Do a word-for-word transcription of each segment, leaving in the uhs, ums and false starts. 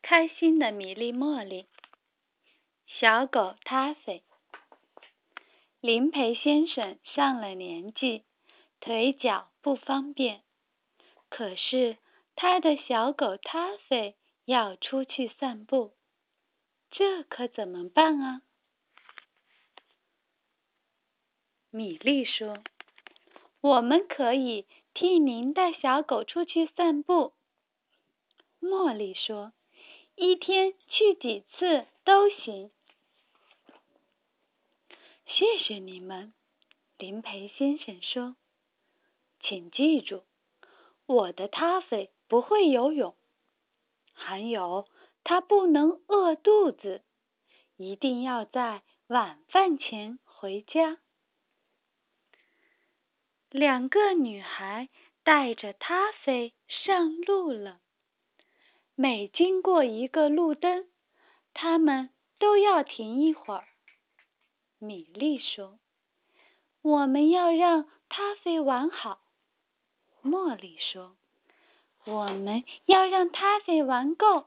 开心的米莉、茉莉。小狗塔菲。林培先生上了年纪，腿脚不方便，可是他的小狗塔菲要出去散步，这可怎么办啊？米莉说：“我们可以替您带小狗出去散步。”茉莉说：“一天去几次都行。”谢谢你们，林培先生说。请记住，我的塔菲不会游泳，还有他不能饿肚子，一定要在晚饭前回家。两个女孩带着塔菲上路了。每经过一个路灯，她们都要停一会儿。米莉说：“我们要让塔菲玩好。”茉莉说：“我们要让塔菲玩够。”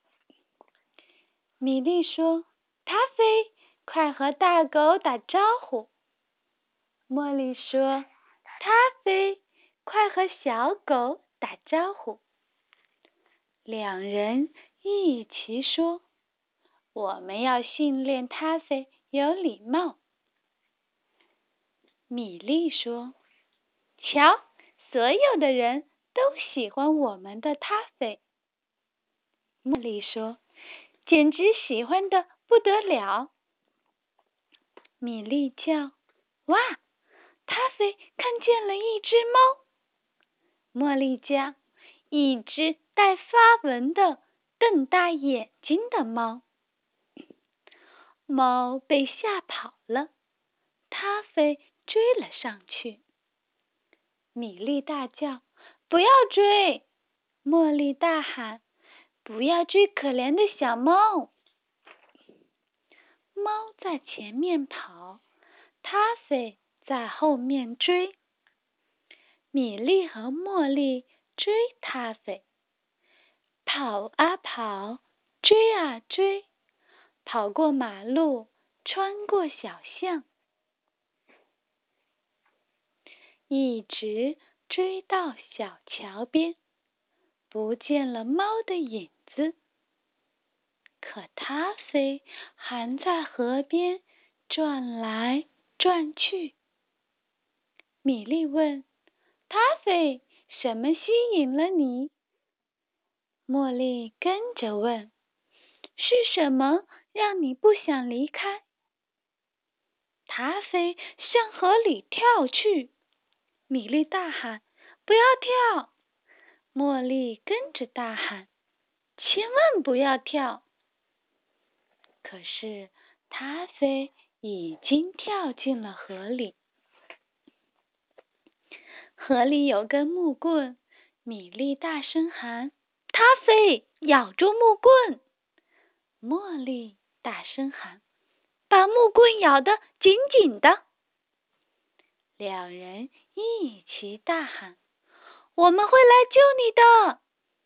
米莉说：“塔菲，快和大狗打招呼。”茉莉说：“塔菲，快和小狗打招呼。”两人一起说：“我们要训练塔菲有礼貌。”米莉说：“瞧，所有的人都喜欢我们的塔菲。”茉莉说：“简直喜欢得不得了。”米莉叫：“哇，塔菲看见了一只猫。”茉莉叫：“一只带发纹的瞪大眼睛的猫。”猫被吓跑了，塔菲追了上去。米莉大叫：“不要追！”茉莉大喊：“不要追可怜的小猫！”猫在前面跑，塔菲在后面追。米莉和茉莉追塔菲，跑啊跑，追啊追，跑过马路，穿过小巷，一直追到小桥边，不见了猫的影子。可塔菲还在河边转来转去。米莉问：“塔菲，什么吸引了你？”茉莉跟着问：“是什么让你不想离开？”塔菲向河里跳去。米莉大喊：“不要跳！”茉莉跟着大喊：“千万不要跳！”可是塔菲已经跳进了河里。河里有根木棍，米莉大声喊：“塔菲，咬住木棍！”茉莉大声喊：“把木棍咬得紧紧的！”两人一起大喊：“我们会来救你的！”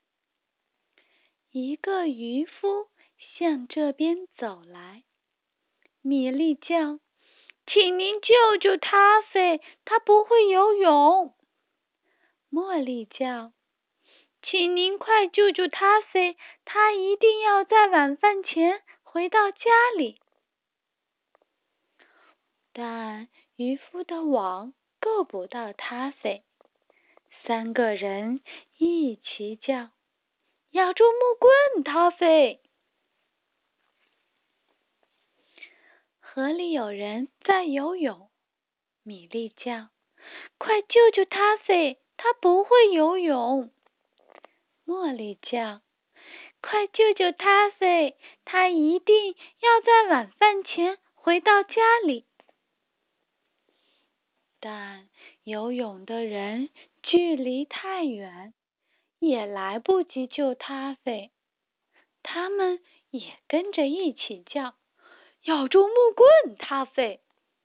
一个渔夫向这边走来。米莉叫：“请您救救塔菲，他不会游泳。”茉莉叫：“请您快救救塔菲，他一定要在晚饭前回到家里。”但渔夫的网够不到塔菲，三个人一起叫：“咬住木棍，塔菲！”河里有人在游泳，米莉叫：“快救救塔菲，他不会游泳。”茉莉叫：“快救救塔菲，他一定要在晚饭前回到家里。”但游泳的人距离太远，也来不及救塔菲，他们也跟着一起叫：“咬住木棍，塔菲！”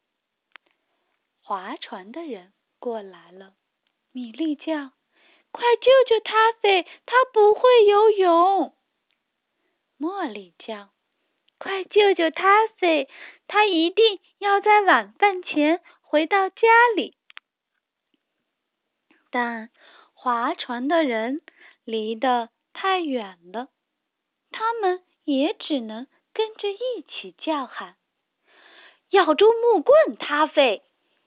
划船的人过来了，米莉叫：“快救救塔菲，他不会游泳。” 茉莉叫：“快救救塔菲，他一定要在晚饭前回到家里。”但划船的人离得太远了，他们也只能跟着一起叫喊：“咬住木棍，塔菲！”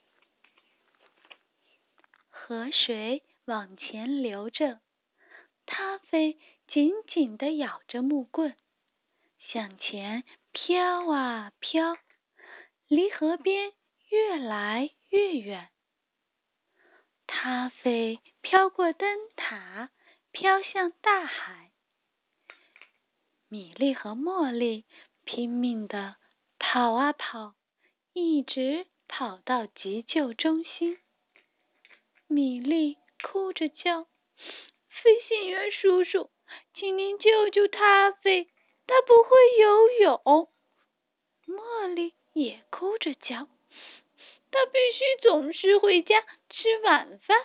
河水往前流着，塔菲紧紧地咬着木棍，向前飘啊飘，离河边越来越远。塔菲飘过灯塔，飘向大海。米莉和茉莉拼命地跑啊跑，一直跑到急救中心。米莉哭着叫：“飞行员叔叔，请您救救塔菲，他不会游泳。”茉莉也哭着叫：“他必须总是回家吃晚饭。”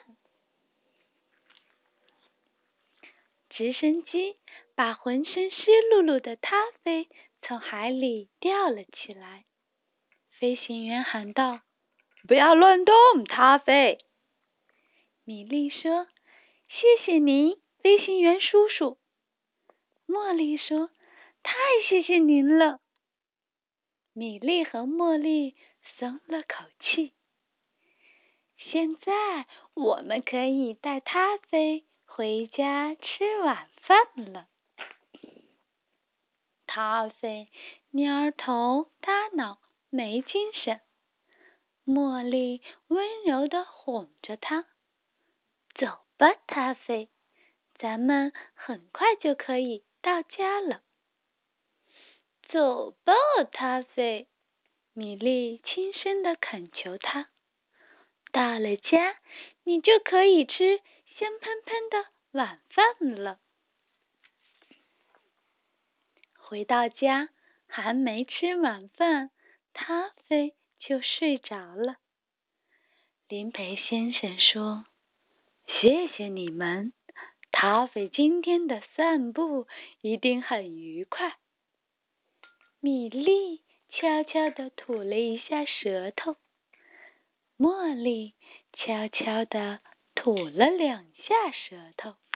直升机把浑身湿漉漉的塔菲从海里吊了起来。飞行员喊道：“不要乱动，塔菲！”米莉说：“谢谢您，飞行员叔叔。”茉莉说：“太谢谢您了。”米莉和茉莉松了口气。现在我们可以带塔菲回家吃晚饭了。塔菲蔫头耷脑，没精神。茉莉温柔地哄着他：“走吧，塔菲，咱们很快就可以到家了。”走吧，塔菲，米莉轻声地恳求他。到了家，你就可以吃香喷喷的晚饭了。回到家，还没吃晚饭，塔菲就睡着了。林培先生说：“谢谢你们，塔菲今天的散步一定很愉快。”米莉悄悄地吐了一下舌头，茉莉悄悄地吐了两下舌头。